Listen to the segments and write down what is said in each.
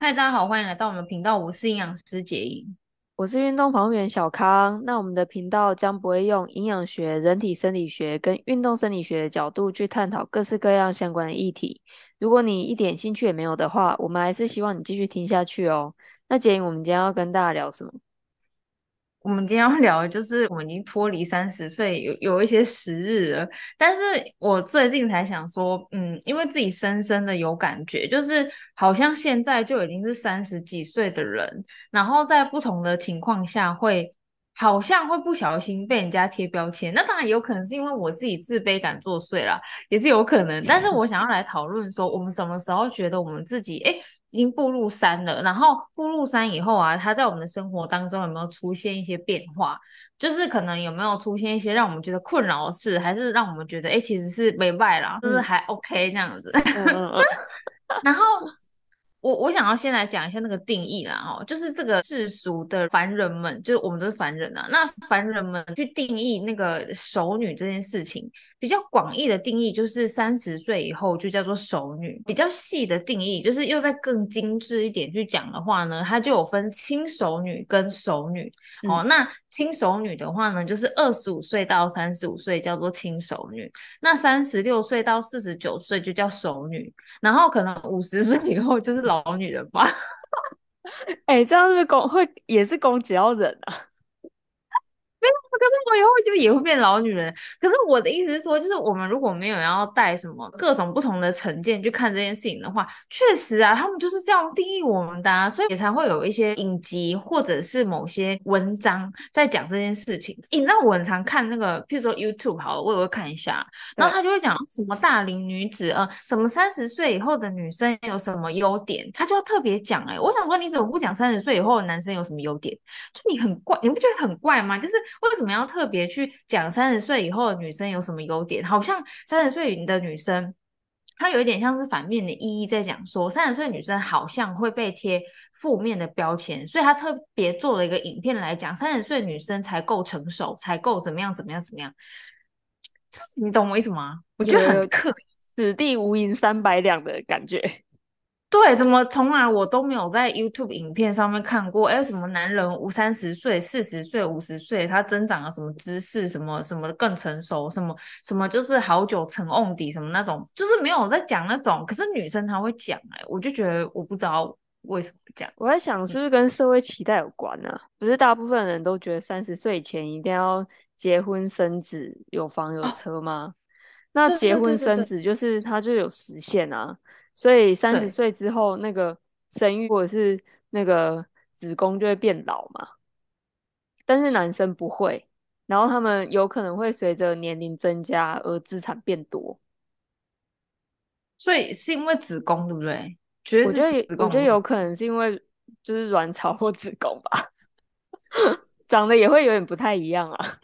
嗨，大家好，欢迎来到我们频道，我是营养师杰莹。 我是运动防护员小康。那我们的频道将不会用营养学、人体生理学跟运动生理学的角度去探讨各式各样相关的议题。如果你一点兴趣也没有的话，我们还是希望你继续听下去哦。那杰颖，我们今天要跟大家聊什么？ 我们今天要聊的就是我们已经脱离30岁有一些时日了，但是我最近才想说，因为自己深深的有感觉，就是好像现在就已经是30几岁的人，然后在不同的情况下好像会不小心被人家贴标签。那当然也有可能是因为我自己自卑感作祟啦，也是有可能。但是我想要来讨论说，我们什么时候觉得我们自己已经步入三了，然后步入三以后啊，它在我们的生活当中有没有出现一些变化？就是可能有没有出现一些让我们觉得困扰的事，还是让我们觉得其实是没败啦，就是嗯还 OK 这样子。 嗯嗯嗯， 然后我想要先来讲一下那个定义啦，就是这个世俗的凡人们，就是我们都是凡人啊。那凡人们去定义那个熟女这件事情，比较广义的定义就是30岁以后就叫做熟女，比较细的定义就是又再更精致一点去讲的话呢，它就有分轻熟女跟熟女。 嗯， 那轻熟女的话呢，就是25岁到35岁叫做轻熟女，那36岁到49岁就叫熟女。然后可能50岁以后就是老女人吧。 哎、这样是不是也是攻击到人啊？ 可是我以后就也会变老女人。可是我的意思是说，就是我们如果没有要带什么各种不同的成见去看这件事情的话，确实啊，他们就是这样定义我们的啊，所以也才会有一些影集或者是某些文章在讲这件事情。你知道我很常看那个，譬如说 YouTube 好了，我也会看一下，然后对， 他就会讲什么大龄女子，什么30岁以后的女生有什么优点，他就要特别讲。我想说，你怎么不讲30岁以后的男生有什么优点？就你很怪，你不觉得很怪吗？就是为什么要特别去讲三十岁以后的女生有什么优点？好像三十岁的女生，她有一点像是反面的意义在讲说，三十岁女生好像会被贴负面的标签，所以她特别做了一个影片来讲，三十岁女生才够成熟，才够怎么样怎么样怎么样。你懂我意思吗？我觉得有有有， 很刻意。 此地无银三百两的感觉。 对，怎么从来我都没有在 YouTube 影片上面看过？什么男人30岁、40岁、50岁，他增长了什么知识，什么什么更成熟，什么什么就是好久成瓮底，什么那种，就是没有在讲那种。可是女生她会讲，我就觉得我不知道为什么这样子。 我在想，是不是跟社会期待有关呢、不是大部分人都觉得30岁以前一定要结婚生子、有房有哦， 车吗？那对结婚对对对对生子就是它就有时限啊，所以三十对， 岁之后，那个生育或者是那个子宫就会变老嘛。但是男生不会，然后他们有可能会随着年龄增加而资产变多。 所以是因为子宫，对不对？绝对是我觉得子宫的问题。 有可能是因为就是卵巢或子宫吧，长得也会有点不太一样啊。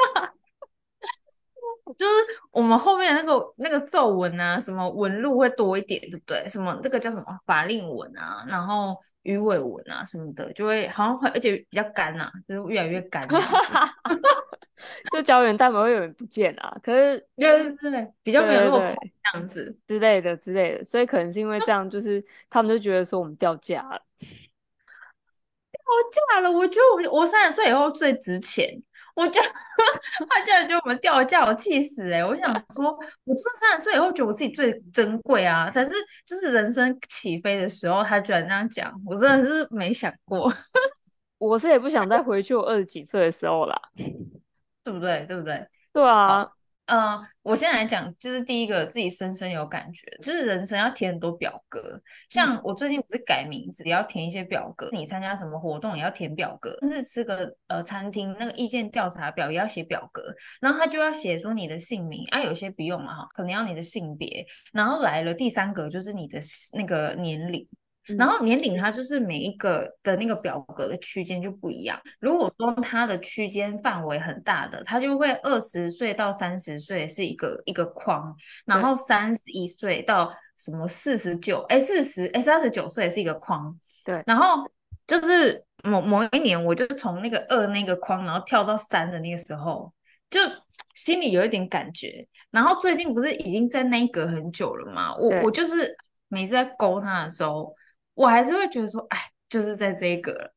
就是我们后面那个皱纹啊，什么纹路会多一点，对不对？什么这个叫什么法令纹啊，然后鱼尾纹啊什么的，就会好像会，而且比较干呐、就是越来越干这样子。 就胶原蛋白会有点不见啊，可是对对对，比较没有那么快对对对这样子。 之类的，所以可能是因为这样，就是他们就觉得说我们掉价了。 嫁了，我觉得我30岁以后最值钱。我觉得他竟然觉得我们掉价，我气死我想说，我真的30岁以后觉得我自己最珍贵啊，才是就是人生起飞的时候，他居然这样讲，我真的是没想过。 我是也不想再回去我20几岁的时候啦。 对不对？对不对？ 对啊， 好，我先来讲，就是第一个自己深深有感觉，就是人生要填很多表格。像嗯， 我最近不是改名字，也要填一些表格。你参加什么活动也要填表格，甚至吃个餐厅那个意见调查表也要写表格。然后他就要写说你的姓名啊，有些不用了哈，可能要你的性别。然后来了第三个就是你的那个年龄。然嗯， 后年龄它就是每一个的那个表格的区间就不一样。如果说它的区间范围很大的，它就会20岁到30岁是一个框，然对后31岁到什么49，39岁是一个框， 对。 然后就是某一年我就从那个二那个框，然后跳到三的那个时候，就心里有一点感觉。然后最近不是已经在那一格很久了吗？我对， 就是每次在勾它的时候。 我还是会觉得说，哎，就是在这一个了，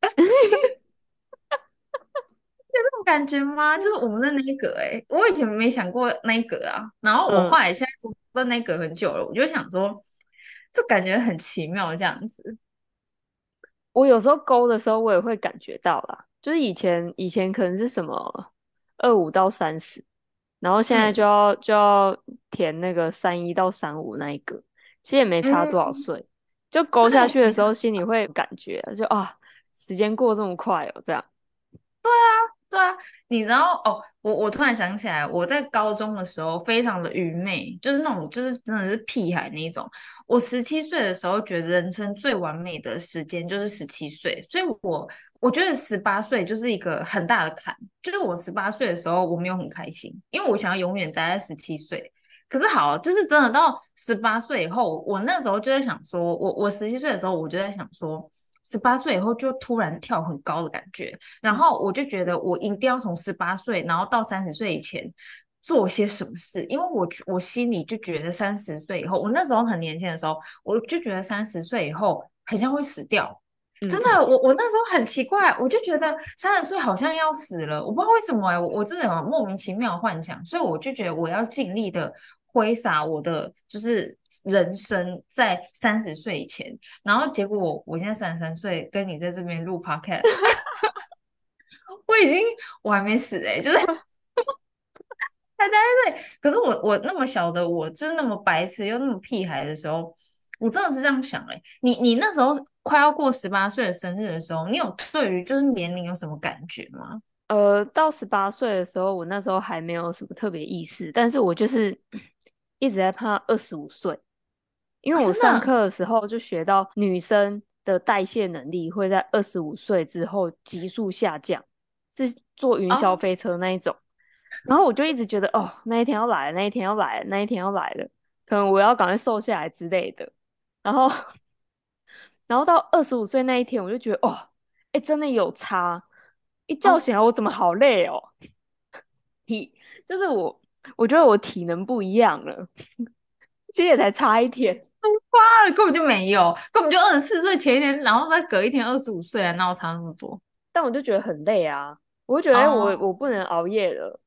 这种感觉吗？就是我们的那一个、我以前没想过那一个啊，然后我嗯， 后来现在做在那一个很久了，我就想说，这感觉很奇妙这样子。 我有时候勾的时候，我也会感觉到啦，就是以前可能是什么25到30，然后现在就嗯要填那个31到35那一个，其实也没差多少嗯， 岁，就勾真的下去的时候没差。 心里会有感觉啊，就啊，时间过这么快哦，这样。 对啊，你知道哦，我突然想起来，我在高中的时候非常的愚昧，就是那种就是真的是屁孩那一种。我17岁的时候，觉得人生最完美的时间就是17岁，所以我觉得18岁就是一个很大的坎。就是我18岁的时候，我没有很开心，因为我想要永远待在17岁。可是好，就是真的到18岁以后，我那时候就在想说，我17岁的时候，我就在想说，18岁以后就突然跳很高的感觉。然后我就觉得我一定要从18岁，然后到30岁以前做些什么事，因为我心里就觉得30岁以后，我那时候很年轻的时候，我就觉得30岁以后很像会死掉。真嗯， 的，我那时候很奇怪，我就觉得30岁好像要死了，我不知道为什么我真的有莫名其妙的幻想，所以我就觉得我要尽力的挥洒我的就是人生在30岁以前，然后结果我现在33岁，跟你在这边录 podcast，我已经我还没死就是还在对，可是我那么小的我，就是那么白痴又那么屁孩的时候，我真的是这样想你那时候快要过18岁的生日的时候，你有对于就是年龄有什么感觉吗？ 到18岁的时候，我那时候还没有什么特别意识，但是我就是一直在怕25岁，因啊， 为我真的上课的时候就学到女生的代谢能力会在25岁之后急速下降，是坐云霄哦飞车那一种。然后我就一直觉得，哦，那一天要来了，那一天要来了，那一天要来了，可能我要赶快瘦下来之类的。然后，然后到25岁那一天，我就觉得，哦，哎，真的有差。一觉哦， 醒来，我怎么好累哦？体就是我觉得我体能不一样了，其实也才差一天， 啊，根本就没有，根本就24岁前一天，然后再隔一天25岁啊，哪有差那么多？ 但我就觉得很累啊，我就觉得，哎，我哦我不能熬夜了。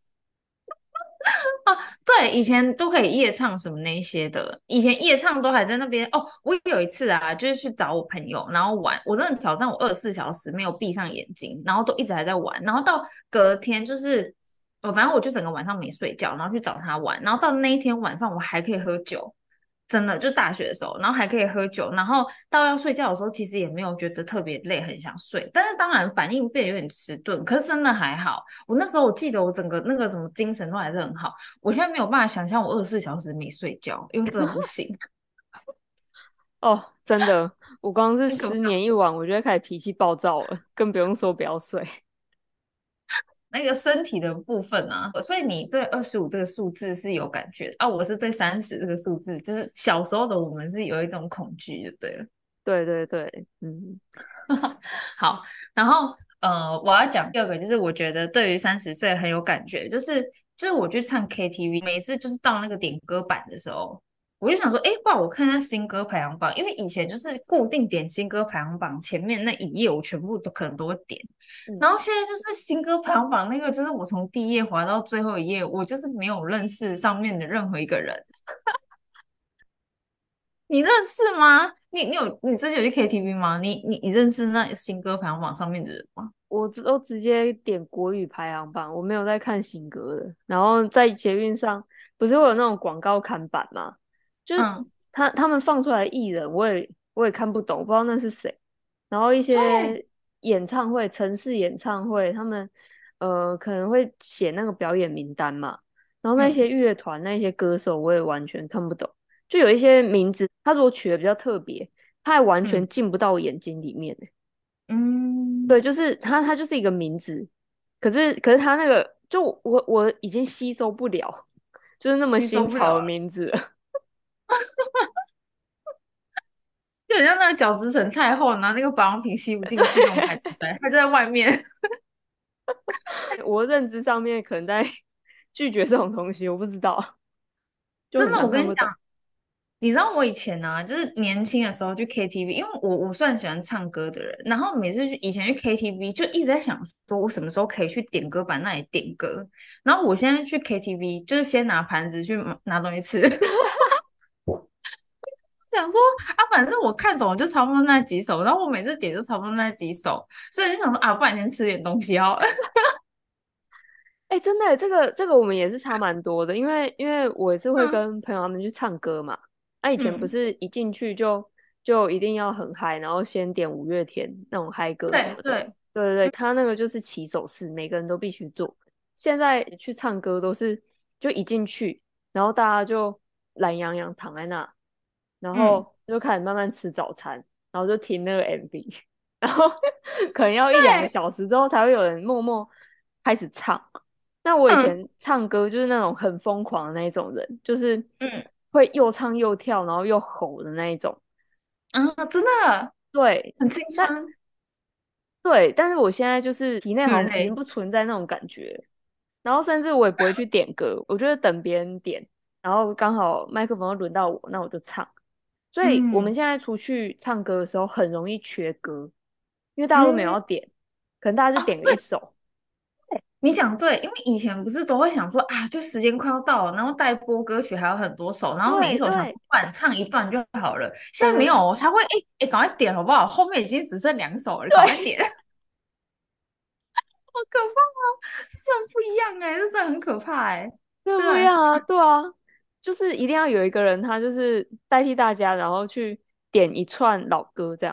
哦，对，以前都可以夜唱什么那些的，以前夜唱都还在那边。哦，我有一次啊，就是去找我朋友，然后玩，我真的挑战我24小时没有闭上眼睛，然后都一直还在玩，然后到隔天就是，反正我就整个晚上没睡觉，然后去找他玩，然后到那一天晚上我还可以喝酒，真的就大学的时候，然后还可以喝酒，然后到要睡觉的时候，其实也没有觉得特别累，很想睡，但是当然反应变得有点迟钝，可是真的还好。我那时候我记得我整个那个什么精神都还是很好。我现在没有办法想象我24小时没睡觉，因为真的不行。 哦，真的，我光是失很可怕。 眠一晚，我就会开始脾气暴躁了，更不用说不要睡。 那个身体的部分啊，所以你对25这个数字是有感觉的啊，我是对30这个数字，就是小时候的我们是有一种恐惧，就对了。 对对对，嗯， 好，然后我要讲第二个，就是我觉得对于30岁很有感觉，就是我去唱 KTV，每次就是到那个点歌版的时候，我就想说，哎，不然我看一下新歌排行榜，因为以前就是固定点新歌排行榜前面那一页，我全部都可能都会点， 嗯， 然后现在就是新歌排行榜那个，就是我从第一页滑到最后一页，我就是没有认识上面的任何一个人，你认识吗？你之前有去 KTV 吗？你认识那新歌排行榜上面的人吗？ 都直接点国语排行榜，我没有在看新歌的。然后在捷运上，不是会有那种广告看板吗？就是嗯， 他们放出来的艺人，我也看不懂，我不知道那是谁。然后一对， 些演唱会、城市演唱会，他们可能会写那个表演名单嘛。然后那些嗯乐团、那些歌手，我也完全看不懂。就有一些名字，他如果取的比较特别，他还完全嗯进不到我眼睛里面欸。 嗯， 对，就是他就是一个名字，可是他那个就我已经吸收不了，就是那么吸收新潮的不了了， 名字了。 就很像那个角质层太厚，然后那个保养品吸不进去那种排出来，它就在外面。 我认知上面可能在拒绝这种东西，我不知道，就很真的，我跟你讲， 常看不懂。 你知道我以前啊，就是年轻的时候去 KTV，因为我算喜欢唱歌的人，然后每次以前去 KTV 就一直在想说，我什么时候可以去点歌版那里点歌。然后我现在去 KTV 就是先拿盘子去拿东西吃，想说啊，反正我看懂了就差不多那几首，然后我每次点就差不多那几首，所以就想说啊，不然先吃点东西好了。 哎，真的耶，这个我们也是差蛮多的，因为我也是会嗯跟朋友他们去唱歌嘛。那以前不嗯， 是一进去就一定要很嗨，然后先点五月天那种嗨歌什么的。 对对， 对对对，他那个就是起手式，每个人都必须做。现在去唱歌都是就一进去，然后大家就懒洋洋躺在那，然嗯后就开始慢慢吃早餐，然后就听那个 MV，然后可能要一两个对， 小时之后才会有人默默开始唱。那我以嗯前唱歌就是那种很疯狂的那一种人，就是嗯会又唱又跳，然后又吼的那一种。 啊，真的对， 很青那春， 对，但是我现在就是体内好像已经有点累。 不存在那种感觉，然后甚至我也不会去点歌，我就得等别人点，然后刚好麦克风轮到我，那我就唱。所以我们嗯现在出去唱歌的时候很容易缺歌，因为大家都没有嗯， 要点，可能大家就哦， 点个一对， 首。 你讲对，因为以前不是都会想说啊，就时间快要到了，然后待播歌曲还有很多首，然后每一首想说对对不然唱一段就好了。现对对对在没有，才会赶快点好不好？后面已经只剩2首了，赶快对， 点，好可怕哦！这真的不一样哎，这真的很可怕哎， 这真的。 不一样啊，对啊，就是一定要有一个人，他就是代替大家，然后去点一串老歌这样。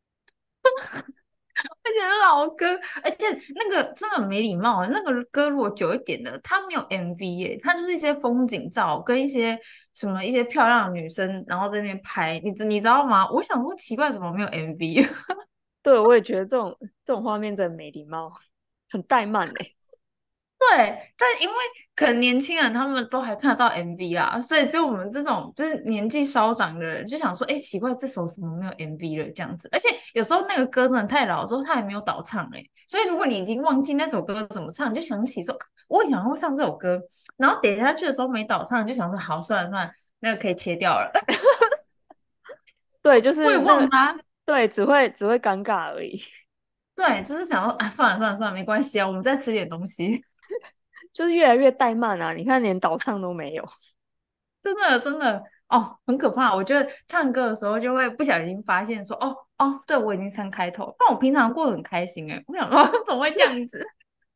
而且是老歌，而且那个真的很没礼貌欸。那个歌如果久一点的，它没有 MV 耶，它就是一些风景照跟一些什么一些漂亮的女生，然后在那边拍。你知道吗？我想说奇怪，怎么没有 MV？ 对，我也觉得这种画面真的没礼貌，很怠慢哎。 对，但因为可能年轻人他们都还看得到 MV 啊，所以就我们这种就是年纪稍长的人就想说，哎，奇怪，这首怎么没有 MV 了？这样子，而且有时候那个歌真的太老的时候，他还没有导唱哎，所以如果你已经忘记那首歌怎么唱，你就想起说，我以前会唱这首歌，然后点下去的时候没导唱，你就想说，好，算了算了，那个可以切掉了， 对，就我也是那个， 忘了啊。 对，只会尴尬而已， 对，就是想说啊，算了算了算了，没关系啊，我们再吃点东西。 就是越来越怠慢啊。你看，连导唱都没有。 真的真的哦，很可怕。我觉得唱歌的时候就会不小心发现说，哦哦，对我已经唱开头，但我平常过得很开心诶。我想说，怎么会这样子？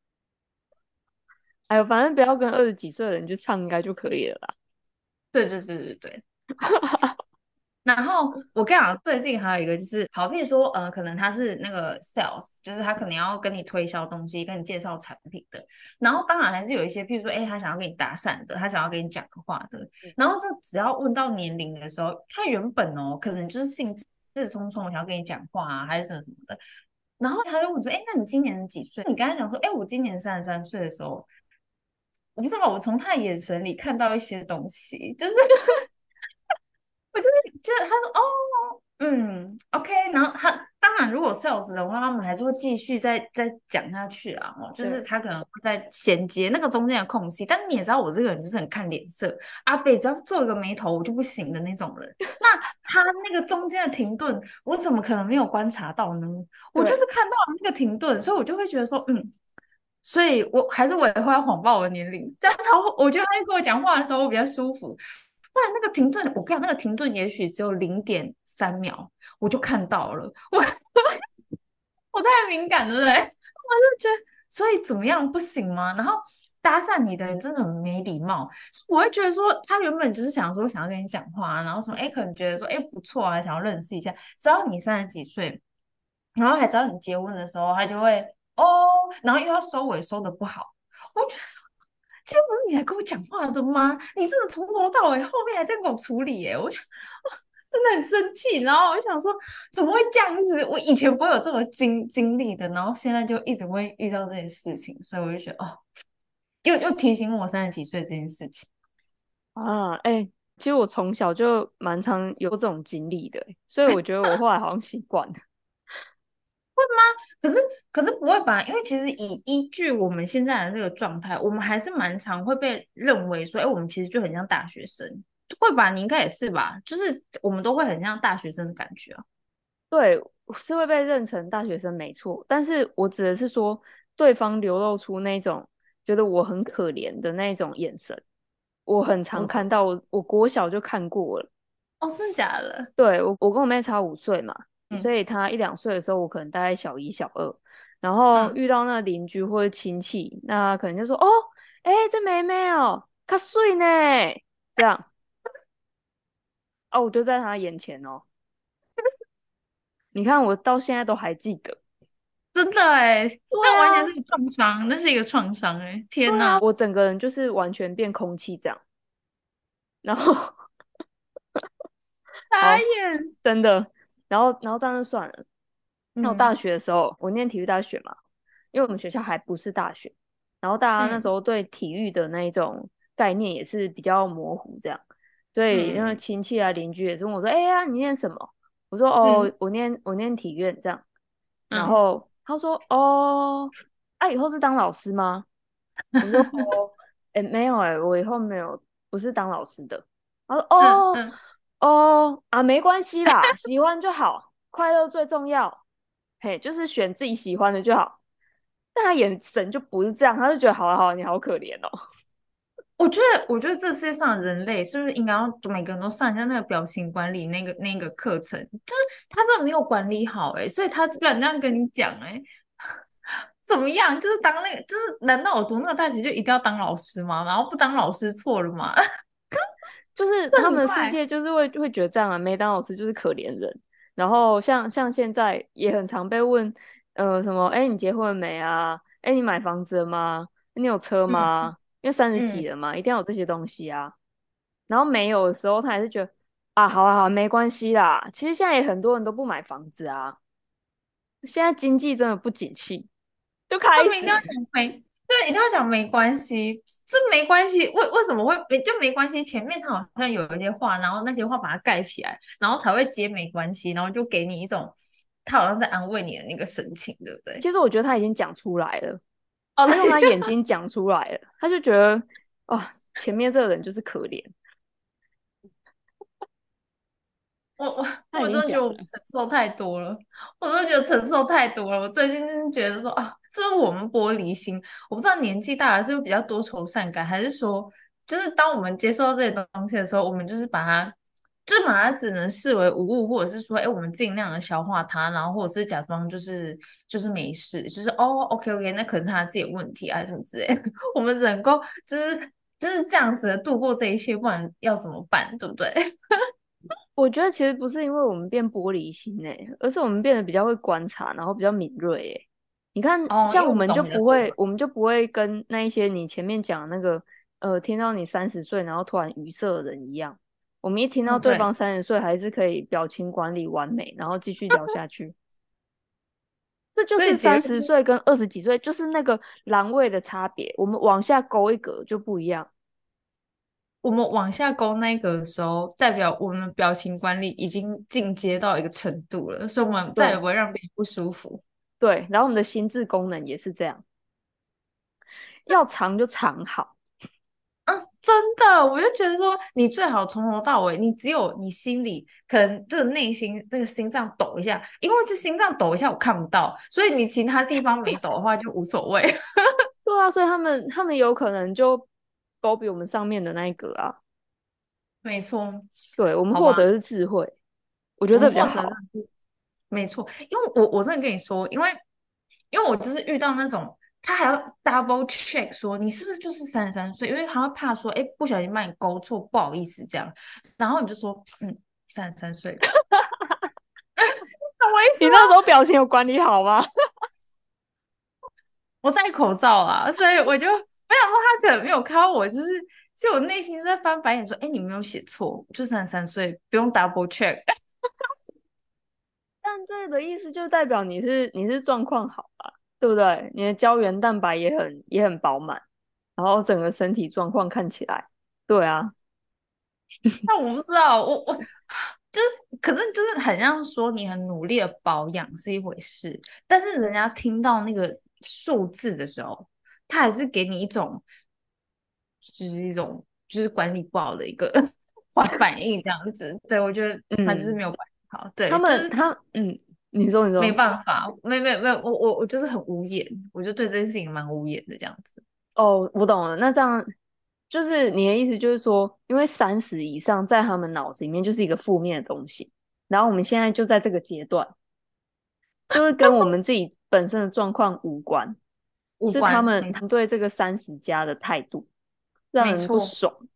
哎呦，反正不要跟20几岁的人去唱，应该就可以了啦。 对对对对对，好。然后我跟你讲，最近还有一个就是，好，譬如说，可能他是那个 sales，就是他可能要跟你推销东西，跟你介绍产品的。然后当然还是有一些，譬如说，哎，他想要跟你搭讪的，他想要跟你讲个话的。然后就只要问到年龄的时候，他原本哦，可能就是兴致冲冲，想要跟你讲话啊，还是什么什么的。然后他就问说，哎，那你今年几岁？你跟他讲说，哎，我今年33岁的时候，我不知道，我从他的眼神里看到一些东西，就是我就是他说哦，OK，然后他当然如果 sales 的话，他们还是会继续再讲下去啊，哦，就是对他可能会在衔接那个中间的空隙，但是你也知道我这个人就是很看脸色，阿北只要皱一个眉头我就不行的那种人，那他那个中间的停顿，我怎么可能没有观察到呢？我就是对， 看到了那个停顿，所以我就会觉得说，所以我也会要谎报我的年龄，这样我觉得他在跟我讲话的时候我比较舒服。不然那个停顿，我跟你讲，那个停顿也许只有0.3秒，我就看到了。我太敏感了，对不对？我就觉得，所以怎么样不行吗？然后搭讪你的人真的很没礼貌，我会觉得说，他原本就是想说想要跟你讲话啊，然后什么，哎，可能觉得说，哎，不错啊，想要认识一下。只要你30几岁，然后还知道你结婚的时候，他就会哦，然后又要收尾收的不好，我觉得说，今天不是你来跟我讲话的吗？你真的从头到尾后面还在跟我处理耶，我就真的很生气。然后我就想说，怎么会这样子？我以前不会有这种经历的，然后现在就一直会遇到这些事情，所以我就觉得哦，又提醒我30几岁这件事情。 啊，哎，其实我从小就蛮常有这种经历的欸，所以我觉得我后来好像习惯了。 可是可是不会吧？因为其实依据我们现在的这个状态，我们还是蛮常会被认为说，哎，我们其实就很像大学生。 会吧？你应该也是吧？就是我们都会很像大学生的感觉啊。 对，是会被认成大学生没错，但是我指的是说，对方流露出那种觉得我很可怜的那种眼神，我很常我看到我国小就看过了。 哦，真的假的？ 对，我跟我妹差5岁嘛，所嗯以她1、2岁的时候，我可能大概小一、小二，然后嗯， 遇到那邻居或者亲戚，那可能就说：“哦，哎，这妹妹哦，她水呢。”这样哦，我就在她眼前哦，你看我到现在都还记得。 真的哎， 对那完全啊， 是个创伤，那是一个创伤哎！天哪， 对啊，我整个人就是完全变空气这样，然后傻好， 眼。 真的，然后这样就算了。那我大嗯学的时候，我念体育大学嘛，因为我们学校还不是大学，然后大家那时嗯候对体育的那一种概念也是比较模糊这样，所以那个嗯亲戚啊邻居也是问我说：“哎呀，你念什么？”我说：“哦， 嗯我念体院这样。”然嗯后他说：“哦，啊，以后是当老师吗？”我说：“哦，哎，没有哎，我以后没有，不是当老师的。”他说：“哦嗯嗯， 哦啊，没关系啦，喜欢就好，快乐最重要。嘿，就是选自己喜欢的就好。”但他眼神就不是这样，他就觉得好啊好啊，你好可怜哦。 我觉得这世界上的人类是不是应该要每个人都上一下那个表情管理那个课程？就是他真的没有管理好哎，所以他居然这样跟你讲哎，怎么样？就是当那个，就是难道我读那个大学就一定要当老师吗？然后不当老师错了吗？ 就是这他们的世很怪。 界就是会觉得这样啊，没当老师就是可怜人。然后像现在也很常被问，什么，哎，你结婚了没啊？哎，你买房子了吗？你有车嗯吗？因为30几嗯， 了嘛，一定要有这些东西啊。然后没有的时候，他还是觉得啊，好啊好啊，没关系啦。其实现在也很多人都不买房子啊，现在经济真的不景气，就开他们一定要始讲没，对，一定要讲没关系，这没关系，为什么会没关系？前面他好像有一些话，然后那些话把它盖起来，然后才会接没关系，然后就给你一种他好像在安慰你的那个神情，对不对？ 其实我觉得他已经讲出来了， 哦， 他用他眼睛讲出来了，他就觉得啊，前面这个人就是可怜， 我我他已我真的觉得我经讲了。 承受太多了，我真的觉得承受太多了。我最近就是觉得说啊，是不是我们玻璃心？我不知道年纪大了是不是比较多愁善感，还是说，就是当我们接受到这些东西的时候，我们就是把它只能视为无物，或者是说，哎，我们尽量的消化它，然后或者是假装就是没事，就是哦，OK OK，那可能是他自己的问题啊，什么之类的。我们只能够就是这样子的度过这一切，不然要怎么办？对不对？ 我觉得其实不是因为我们变玻璃心而是我们变得比较会观察，然后比较敏锐你看， 哦，因为我们像我们就懂比较多。 不会，我们就不会跟那一些你前面讲的那个，听到你30岁然后突然语塞的人一样。我们一听到嗯，对， 对方30岁还是可以表情管理完美，然后继续聊下去。这就所以是结论是 30岁跟20几岁，就是那个栏位的差别。我们往下勾一格就不一样。 我们往下勾那个的时候，代表我们表情管理已经进阶到一个程度了，所以我们再也对不会让别人不舒服。 对，然后我们的心智功能也是这样，要藏就藏好。 嗯，真的，我就觉得说，你最好从头到尾，你只有你心里可能这个内心这个心脏抖一下，因为是心脏抖一下我看不到，所以你其他地方没抖的话就无所谓。 对啊，所以他们有可能就勾比我们上面的那一格啊。 没错， 对，我们好吧， 获得的是智慧，我觉得这比较我们获得的好。 是没错，因为我真的跟你说，因为我就是遇到那种他还要 double check 说你是不是就是33岁，因为他会怕说，哎，不小心把你勾错，不好意思这样，然后你就说，33岁，懂我意思吗？ 你那时候表情有管理好吗？ 我戴口罩啊，所以我就没想到他可能没有看到我，就我内心就在翻白眼说，哎，你没有写错，就33岁，不用 double check。 但这个意思就代表你是状况好吧，对不对？你的胶原蛋白也很饱满，然后整个身体状况看起来，对啊， 但我不知道，我就是，可是就是很像说你很努力的保养是一回事，但是人家听到那个数字的时候，他还是给你一种，就是管理不好的一个反应这样子。对，我觉得他就是嗯， 没有管好，对，就他们是他嗯，你说， 没办法，没有，我就是很无言，我就对这件事情蛮无言的这样子。 哦，我懂了。那这样就是你的意思，就是说，因为30以上在他们脑子里面就是一个负面的东西，然后我们现在就在这个阶段，就是跟我们自己本身的状况无关，是他无关， 们对这个30加的态度让人不没错， 爽。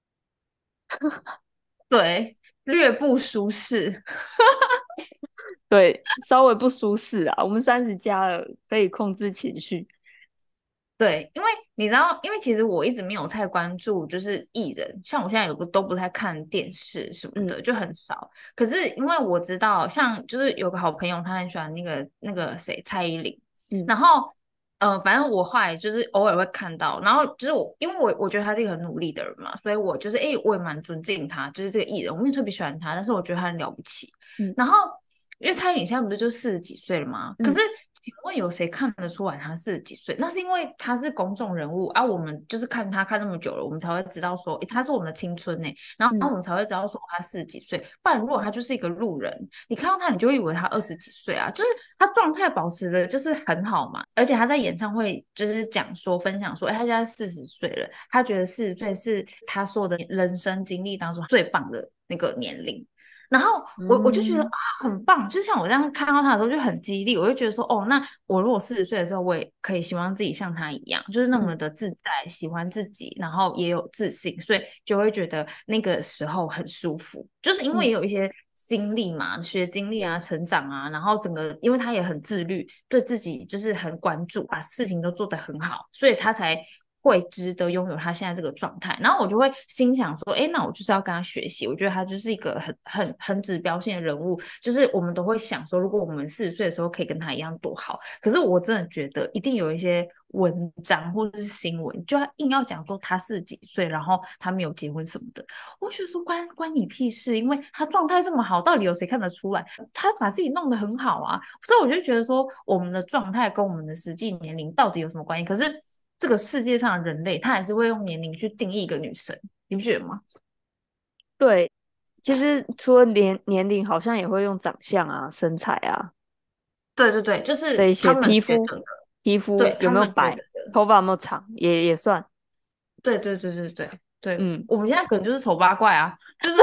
对，略不舒适。 对，稍微不舒适啊。我们30加了，可以控制情绪。 对，因为你知道，因为其实我一直没有太关注，就是艺人，像我现在都不太看电视什么嗯的，就很少。可是因为我知道，像就是有个好朋友，他很喜欢那个谁蔡依林， 嗯然后反正我后来就是偶尔会看到，然后就是因为我觉得他是一个很努力的人嘛，所以我就是我也蛮尊敬他，就是这个艺人，我没有特别喜欢他，但是我觉得他很了不起。 嗯然后因为蔡依林现在不是就40几岁了吗？可是嗯请问有谁看得出来她40几岁？那是因为她是公众人物啊，我们就是看她看那么久了，我们才会知道说，诶，她是我们的青春呢，然后我嗯们才会知道说她40几岁。不然如果她就是一个路人，你看到她，你就会以为她20几岁啊，就是她状态保持的就是很好嘛，而且她在演唱会就是讲说分享说，哎，她现在40岁了，她觉得40岁是她所有的人生经历当中最棒的那个年龄。然后我就觉得啊， 嗯很棒，就像我这样看到他的时候就很激励，我就觉得说，哦，那我如果40岁的时候，我也可以希望自己像他一样，就是那么嗯的自在，喜欢自己，然后也有自信，所以就会觉得那个时候很舒服，就是因为嗯也有一些经历嘛，学经历啊，成长啊，然后整个因为他也很自律，对自己就是很关注，把事情都做得很好，所以他才会值得拥有他现在这个状态。然后我就会心想说，哎，那我就是要跟他学习。我觉得他就是一个很指标性的人物，就是我们都会想说，如果我们40岁的时候可以跟他一样多好。可是我真的觉得一定有一些文章或者是新闻，就要硬要讲说他40几岁，然后他没有结婚什么的。我觉得说关你屁事，因为他状态这么好，到底有谁看得出来？他把自己弄得很好啊，所以我就觉得说，我们的状态跟我们的实际年龄到底有什么关系？可是这个世界上的人类，他还是会用年龄去定义一个女生，你不觉得吗？ 对，其实除了年龄，好像也会用长相啊、身材啊对对对，就这一些， 是他们皮肤、 觉得的， 皮肤有对他没有白， 们觉得的， 头发有没有长，也算。 对对对对对对， 嗯， 我们现在可能就是丑八怪啊，就是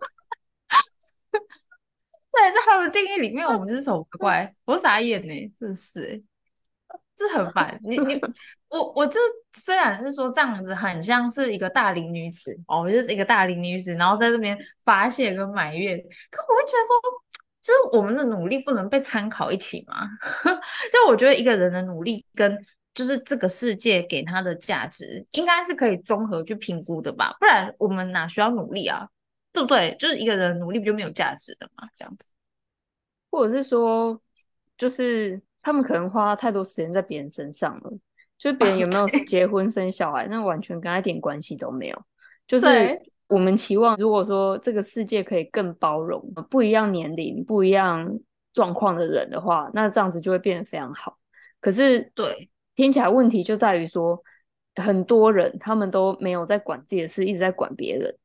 这也是他们定义里面，我们就是丑八怪，我傻眼呢，真是欸这很烦。我就虽然是说这样子很像是一个大龄女子哦，就是一个大龄女子，然后在这边发泄跟埋怨，可我会觉得说，就是我们的努力不能被参考一起吗？就我觉得一个人的努力跟就是这个世界给他的价值，应该是可以综合去评估的吧？不然我们哪需要努力啊？对不对？就是一个人的努力不就没有价值的嘛？这样子。 或者是说，就是他们可能花太多时间在别人身上了，就是别人哦， 有没有对结婚生小孩，那完全跟他一点关系都没有。就是对， 我们期望，如果说这个世界可以更包容不一样年龄、不一样状况的人的话，那这样子就会变得非常好。可是对， 听起来问题就在于说，很多人他们都没有在管自己的事，一直在管别人。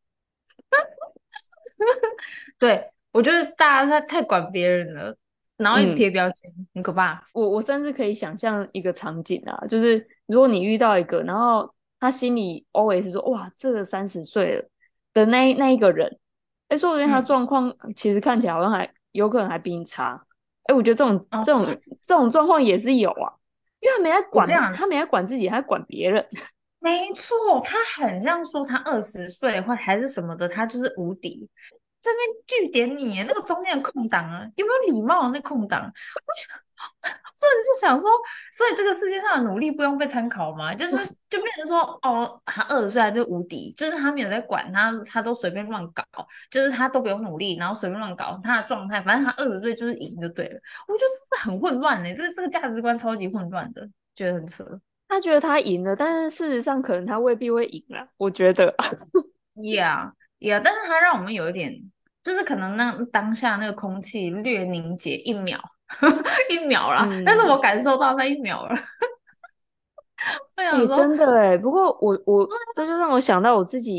对，我觉得大家太管别人了，然后一直嗯， 贴标签，很可怕。 我甚至可以想象一个场景啊，就是如果你遇到一个，然后他心里 always 说，哇，这个30岁了的那一个人，哎，说不定他嗯， 状况其实看起来好像还有可能还比你差。哎，我觉得这种哦， 这种这种状况也是有啊，因为他没在管， 我跟你讲， 他没在管自己，他在管别人。 没错，他很像说他20岁或还是什么的，他就是无敌。这边据点你耶那个中间的空档啊，有没有礼貌的那空档？我想，真的就想说，所以这个世界上的努力不用被参考吗？就是就变成说，哦，他20岁他就无敌，就是他没有在管他，他都随便乱搞，就是他都不用努力，然后随便乱搞他的状态，反正他20岁就是赢就对了。我觉得是很混乱呢，这个价值观超级混乱的，觉得很扯。 他觉得他赢了，但是事实上可能他未必会赢啦，我觉得。 Yeah, yeah，但是它让我们有一点，就是可能那当下那个空气略凝结1秒，一秒啦，但是我嗯。 感受到那1秒了。我想诶， 说， 真的诶，不过我这就让我想到我自己，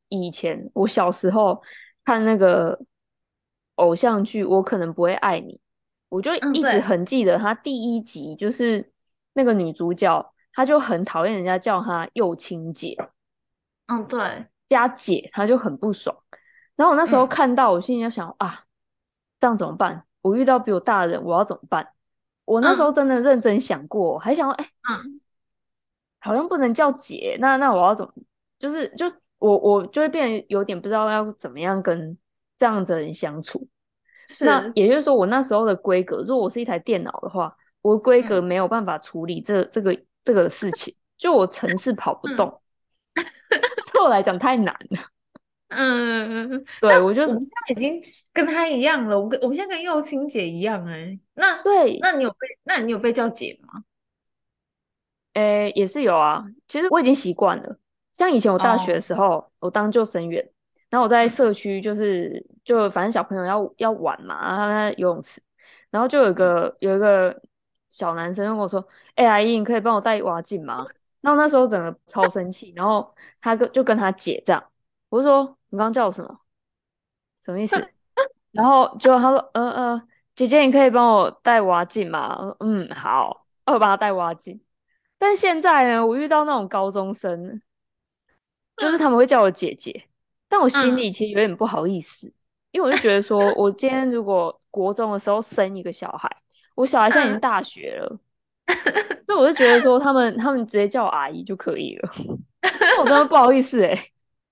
以前我小时候看那个偶像剧，我可能不会爱你，我就嗯， 一直对， 很记得他第一集就是那个女主角，她就很讨厌人家叫她幼青姐嗯，对， 加姐，她就很不爽。然后我那时候嗯看到，我心里就想啊，这样怎么办？我遇到比我大的人，我要怎么办？我那时候嗯真的认真想过，还想说，哎， 嗯好像不能叫姐，那我要怎么？就我就会变得有点不知道要怎么样跟这样的人相处。那是， 也就是说，我那时候的规格，如果我是一台电脑的话，我的规格嗯没有办法处理这个事情，就我程式跑不嗯动，对我来讲太难了。 嗯，但对，我就是我们现在已经跟他一样了，我们现在跟幼青姐一样哎、那对， 那你有被叫姐吗？ 诶，也是有啊。其实我已经习惯了。像以前我大学的哦， 时候，我当救生员，然后我在嗯社区，就反正小朋友要玩嘛，然后他们在游泳池，然后就有一个小男生就跟我说：“哎、阿姨，你可以帮我带蛙镜吗？”然后那时候整个超生气，然后就跟他姐这样，我就说：“你刚刚叫我什么？什么意思？”然后结果他说：姐姐，你可以帮我带蛙镜吗？”我说：“嗯，好。”我帮他带蛙镜。但现在呢，我遇到那种高中生，就是他们会叫我姐姐，但我心嗯里其实有点不好意思，因为我就觉得说，我今天如果国中的时候生一个小孩，我小孩现在已经嗯， 大学了，所以我就觉得说，他们直接叫我阿姨就可以了，那我真的不好意思诶、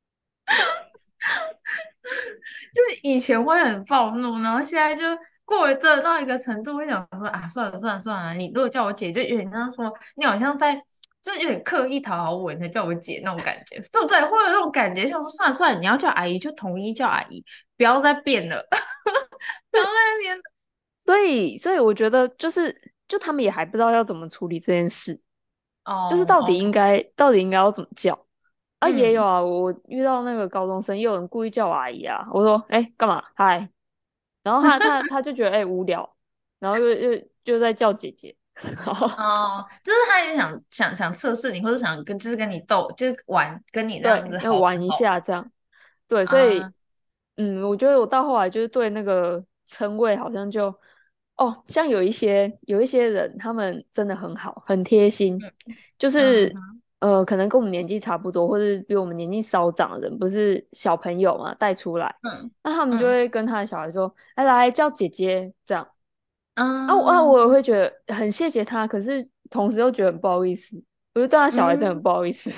就是以前会很暴怒，然后现在就过了这到一个程度，会想说啊，算了算了算了，你如果叫我姐，就有点像说你好像在，就是有点刻意讨好我，你才叫我姐那种感觉，对不对？会有那种感觉，像说算了算了，你要叫阿姨就统一叫阿姨，不要再变了，不要在那边所以我觉得就他们也还不知道要怎么处理这件事，就是哦，OK， 到底应该要怎么叫啊？也有嗯啊，我遇到那个高中生，也有人故意叫我阿姨啊。我说，哎、干嘛？嗨，然后他就觉得无聊，然后又在叫姐姐，然后哦，就是他也想测试你，或者想就是跟你斗，就是玩，跟你这样对， 子好那玩一好下这样，对，所啊， 以我觉得我到后来就是对那个称谓好像像有一些人，他们真的很好，很贴心，就是嗯哼可能跟我们年纪差不多，或者比我们年纪稍长的人，不是小朋友嘛，带出来， 嗯那他们就嗯会跟他的小孩说：“哎，来叫姐姐。”这样我也嗯会觉得很谢谢他，可是同时又觉得很不好意思，我就对他小孩真的很嗯。 不好意思。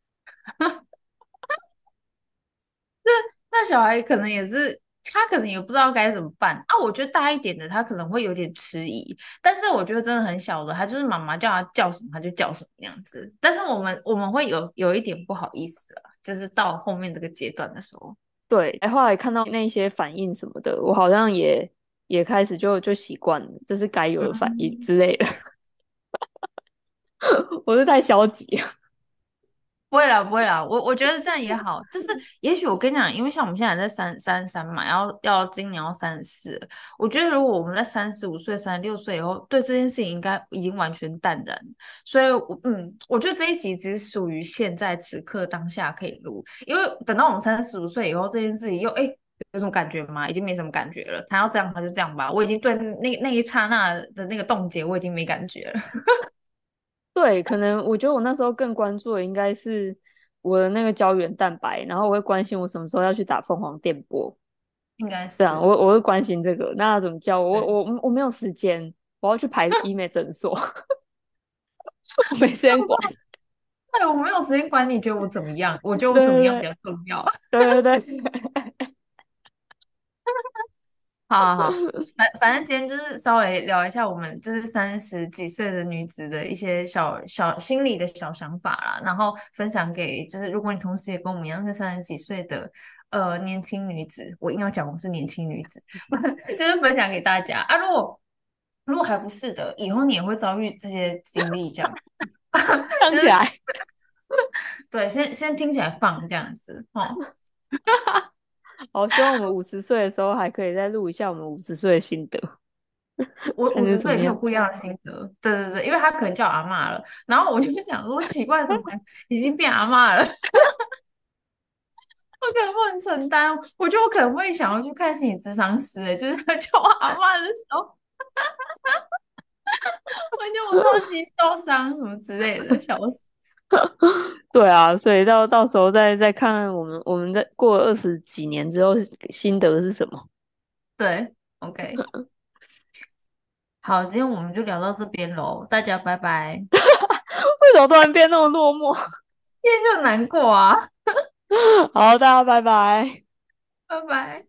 那小孩可能也是，他可能也不知道该怎么办啊。我觉得大一点的他可能会有点迟疑，但是我觉得真的很小的，他就是妈妈叫他叫什么他就叫什么那样子。但是我们会有一点不好意思啊，就是到后面这个阶段的时候， 对，后来看到那些反应什么的，我好像也开始就习惯了，这是该有的反应嗯， 之类的。我是太消极了。 不会啦，不会啦，我觉得这样也好，就是也许我跟你讲，因为像我们现在在三嘛，要今年要34了，我觉得如果我们在35岁、36岁以后，对这件事情应该已经完全淡然，所以我觉得这一集只属于现在此刻当下可以录，因为等到我们35岁以后，这件事情又有什么感觉吗？已经没什么感觉了，他要这样他就这样吧，我已经对那一刹那的那个冻结我已经没感觉了， 对，可能我觉得我那时候更关注的应该是我的那个胶原蛋白，然后我会关心我什么时候要去打凤凰电波， 应该这样是。 我会关心这个。那怎么叫我？ 对。 我没有时间，我要去排医美诊所，我没时间管。 对，我没有时间管你觉得我怎么样，我觉得我怎么样比较对对重要。 对对对对。 好好好，反正今天就是稍微聊一下我们就是30几岁的女子的一些小小心理的小想法啦，然后分享给就是如果你同时也跟我们一样是30几岁的年轻女子，我硬要讲我是年轻女子，就是分享给大家啊。如果还不是的，以后你也会遭遇这些经历，这样就是想起来， 对，先听起来放这样子哦。 好，希望我们50岁的时候还可以再录一下我们50岁的心得， 我看五十岁也可以有是怎么样。 不一样的心得，对对对，因为他可能叫阿嬷了，然后我就想说奇怪，怎么已经变阿嬷了？ 我可能不能承担。我觉得我可能会想要去看心理咨商师、就是叫我阿嬷的时候，我觉得我超级受伤什么之类的，笑死。 对啊，所以到时候再看看我们在过了20几年之后心得是什么。 对，OK，好，今天我们就聊到这边喽，大家拜拜。 为什么突然变那么落寞？ 今天就难过啊， 好，大家拜拜。 拜拜。